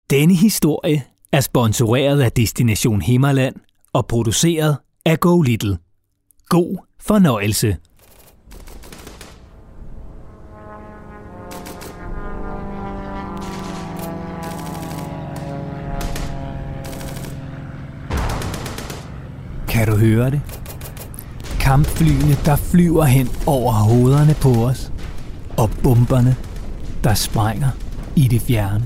Denne historie er sponsoreret af Destination Himmerland og produceret af Go Little. God fornøjelse. Kan du høre det? Kampflyene, der flyver hen over hovederne på os, og bomberne, der sprænger i det fjerne.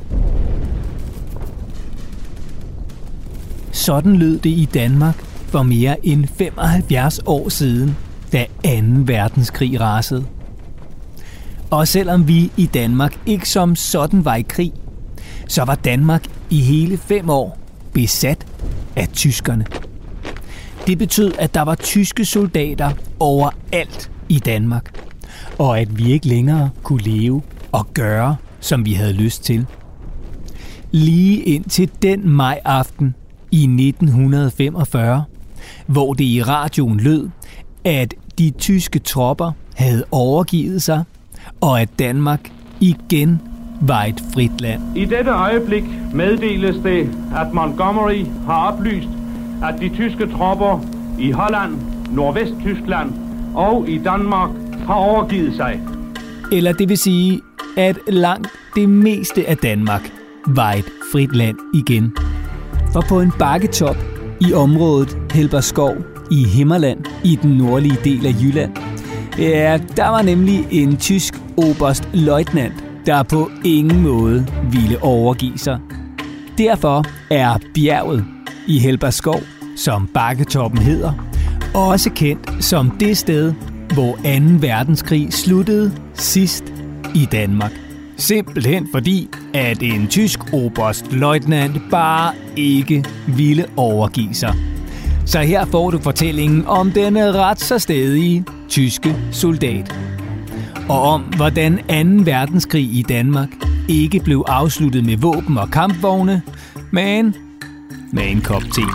Sådan lød det i Danmark for mere end 75 år siden, da 2. verdenskrig rasede. Og selvom vi i Danmark ikke som sådan var i krig, så var Danmark i hele 5 år besat af tyskerne. Det betød, at der var tyske soldater overalt i Danmark, og at vi ikke længere kunne leve og gøre, som vi havde lyst til. Lige indtil den majaften i 1945, hvor det i radioen lød, at de tyske tropper havde overgivet sig, og at Danmark igen var et frit land. I dette øjeblik meddeles det, at Montgomery har oplyst, at de tyske tropper i Holland, Nordvesttyskland og i Danmark har overgivet sig. Eller det vil sige, at langt det meste af Danmark var et frit land igen. For på en bakketop i området Helberskov i Himmerland i den nordlige del af Jylland, ja, der var nemlig en tysk oberstløjtnant, der på ingen måde ville overgive sig. Derfor er bjerget i Helberskov, som bakketoppen hedder, også kendt som det sted, hvor 2. verdenskrig sluttede sidst i Danmark. Simpelthen fordi, at en tysk oberstløjtnant bare ikke ville overgive sig. Så her får du fortællingen om denne ret så stædige tyske soldat. Og om hvordan 2. verdenskrig i Danmark ikke blev afsluttet med våben og kampvogne, men med en kop te.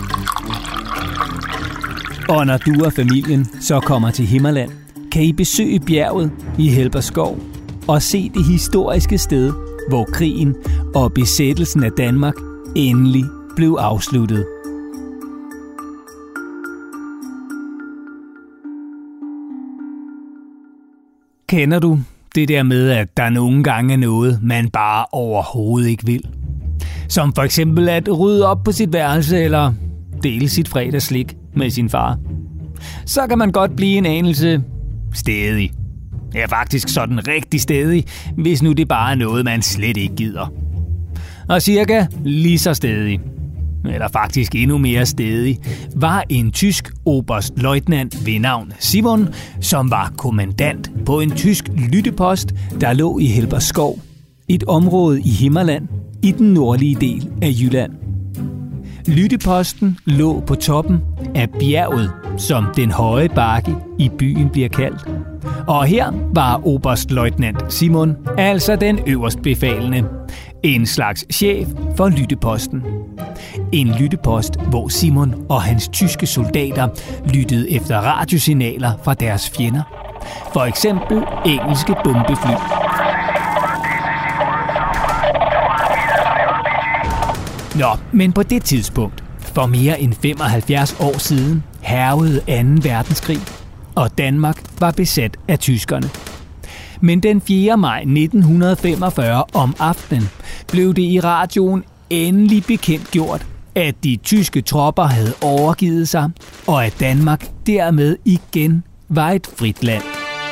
Og når du og familien så kommer til Himmerland, kan I besøge bjerget i Helberskov og se det historiske sted, hvor krigen og besættelsen af Danmark endelig blev afsluttet. Kender du det der med, at der nogle gange er noget, man bare overhovedet ikke vil? Som for eksempel at rydde op på sit værelse eller dele sit fredagsslik med sin far. Så kan man godt blive en anelse stædig. Ja, faktisk sådan rigtig stædig, hvis nu det bare er noget, man slet ikke gider. Og cirka lige så stædig, eller faktisk endnu mere stædig, var en tysk oberstløjtnant ved navn Simon, som var kommandant på en tysk lyttepost, der lå i Helberskov, et område i Himmerland i den nordlige del af Jylland. Lytteposten lå på toppen af bjerget, som den høje bakke i byen bliver kaldt. Og her var oberstløjtnant Simon altså den øverstbefalende. En slags chef for lytteposten. En lyttepost, hvor Simon og hans tyske soldater lyttede efter radiosignaler fra deres fjender. For eksempel engelske bombefly. Nå, men på det tidspunkt, for mere end 75 år siden, hærgede 2. verdenskrig, og Danmark var besat af tyskerne. Men den 4. maj 1945 om aftenen blev det i radioen endelig bekendtgjort, at de tyske tropper havde overgivet sig, og at Danmark dermed igen var et frit land.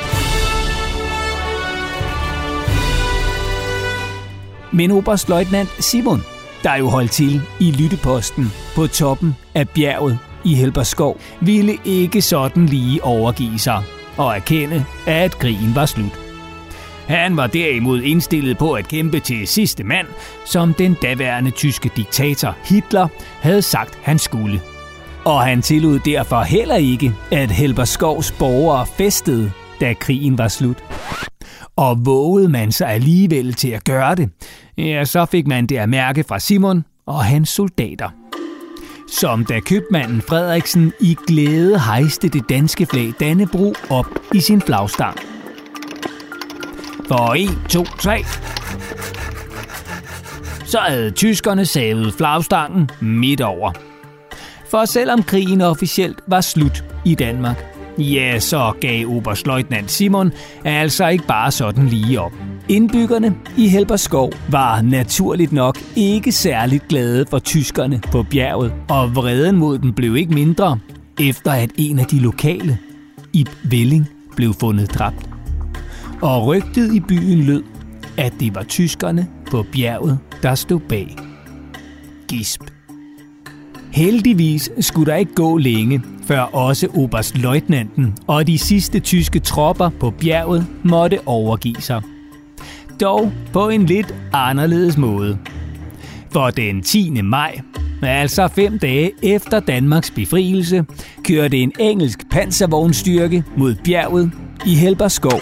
Men oberstløjtnant Simon, der jo holdt til i lytteposten på toppen af bjerget i Helberskov, ville ikke sådan lige overgive sig og erkende, at krigen var slut. Han var derimod indstillet på at kæmpe til sidste mand, som den daværende tyske diktator Hitler havde sagt, han skulle. Og han tillod derfor heller ikke, at Helberskovs borgere festede, da krigen var slut. Og vågede man sig alligevel til at gøre det, ja, så fik man det at mærke fra Simon og hans soldater. Som da købmanden Frederiksen i glæde hejste det danske flag Dannebrog op i sin flagstang. For 1, 2, 3. så havde tyskerne savet flagstangen midt over. For selvom krigen officielt var slut i Danmark, ja, så gav oberstløjtnant Simon altså ikke bare sådan lige op. Indbyggerne i Helberskov var naturligt nok ikke særligt glade for tyskerne på bjerget, og vreden mod dem blev ikke mindre, efter at en af de lokale, Ib Velling, blev fundet dræbt. Og rygtet i byen lød, at det var tyskerne på bjerget, der stod bag. Gisp. Heldigvis skulle der ikke gå længe, før også oberstløjtnanten og de sidste tyske tropper på bjerget måtte overgive sig. Dog på en lidt anderledes måde. For den 10. maj, altså 5 dage efter Danmarks befrielse, kørte en engelsk panservognstyrke mod bjerget i Helberskov.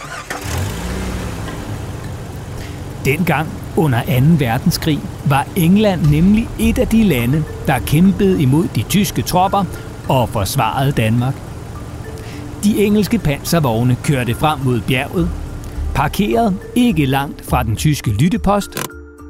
Dengang under 2. verdenskrig var England nemlig et af de lande, der kæmpede imod de tyske tropper og forsvarede Danmark. De engelske panservogne kørte frem mod bjerget, parkeret ikke langt fra den tyske lyttepost,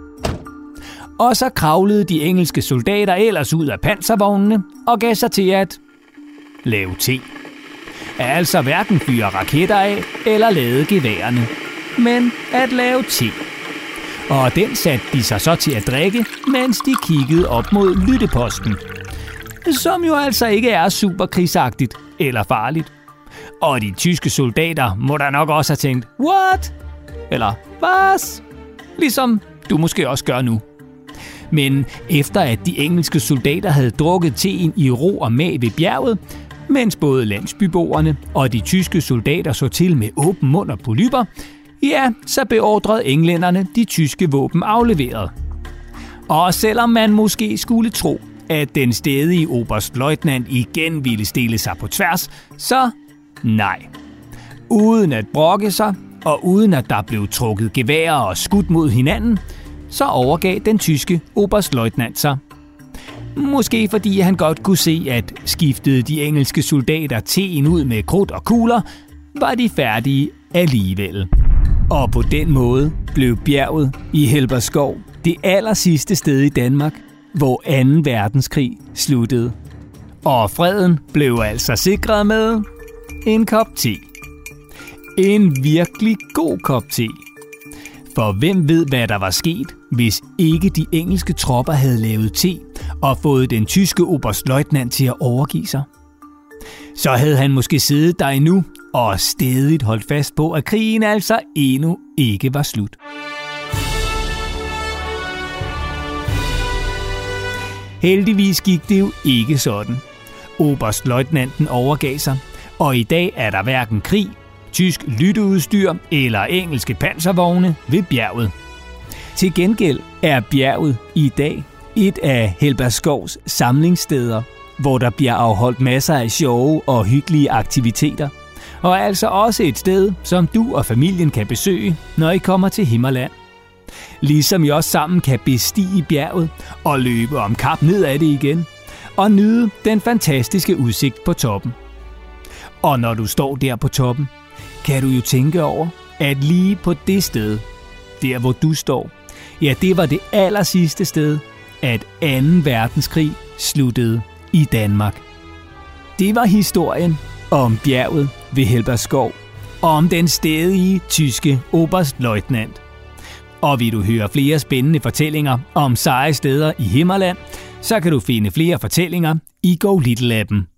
og så kravlede de engelske soldater ellers ud af panservognene og gav sig til at lave te. Altså hverken fyre raketter af eller lade geværerne, men at lave te. Og den satte de sig så til at drikke, mens de kiggede op mod lytteposten. Som jo altså ikke er super krigsagtigt eller farligt. Og de tyske soldater må da nok også have tænkt, what? Eller hvad? Ligesom du måske også gør nu. Men efter at de engelske soldater havde drukket teen i ro og mag ved bjerget, mens både landsbyboerne og de tyske soldater så til med åben mund og polypper, ja, så beordrede englænderne de tyske våben afleveret. Og selvom man måske skulle tro, at den stædige oberstløjtnant igen ville stille sig på tværs, så nej. Uden at brokke sig, og uden at der blev trukket geværer og skudt mod hinanden, så overgav den tyske oberstløjtnant sig. Måske fordi han godt kunne se, at skiftede de engelske soldater teen ud med krudt og kugler, var de færdige alligevel. Og på den måde blev bjerget i Helberskov det allersidste sted i Danmark, hvor 2. verdenskrig sluttede. Og freden blev altså sikret med en kop te. En virkelig god kop te. For hvem ved, hvad der var sket, hvis ikke de engelske tropper havde lavet te og fået den tyske oberstløjtnant til at overgive sig? Så havde han måske siddet der endnu og stædigt holdt fast på, at krigen altså endnu ikke var slut. Heldigvis gik det jo ikke sådan. Oberstløjtnanten overgav sig, og i dag er der hverken krig, tysk lytteudstyr eller engelske panservogne ved bjerget. Til gengæld er bjerget i dag et af Helberskovs samlingssteder, hvor der bliver afholdt masser af sjove og hyggelige aktiviteter, og altså også et sted, som du og familien kan besøge, når I kommer til Himmerland. Ligesom I også sammen kan bestige bjerget og løbe om kap ned ad det igen, og nyde den fantastiske udsigt på toppen. Og når du står der på toppen, kan du jo tænke over, at lige på det sted, der hvor du står, ja, det var det allersidste sted, at 2. verdenskrig sluttede i Danmark. Det var historien om bjerget ved Helberskov og om den stædige tyske oberstløjtnant. Og vil du høre flere spændende fortællinger om seje steder i Himmerland, så kan du finde flere fortællinger i Go Little-appen.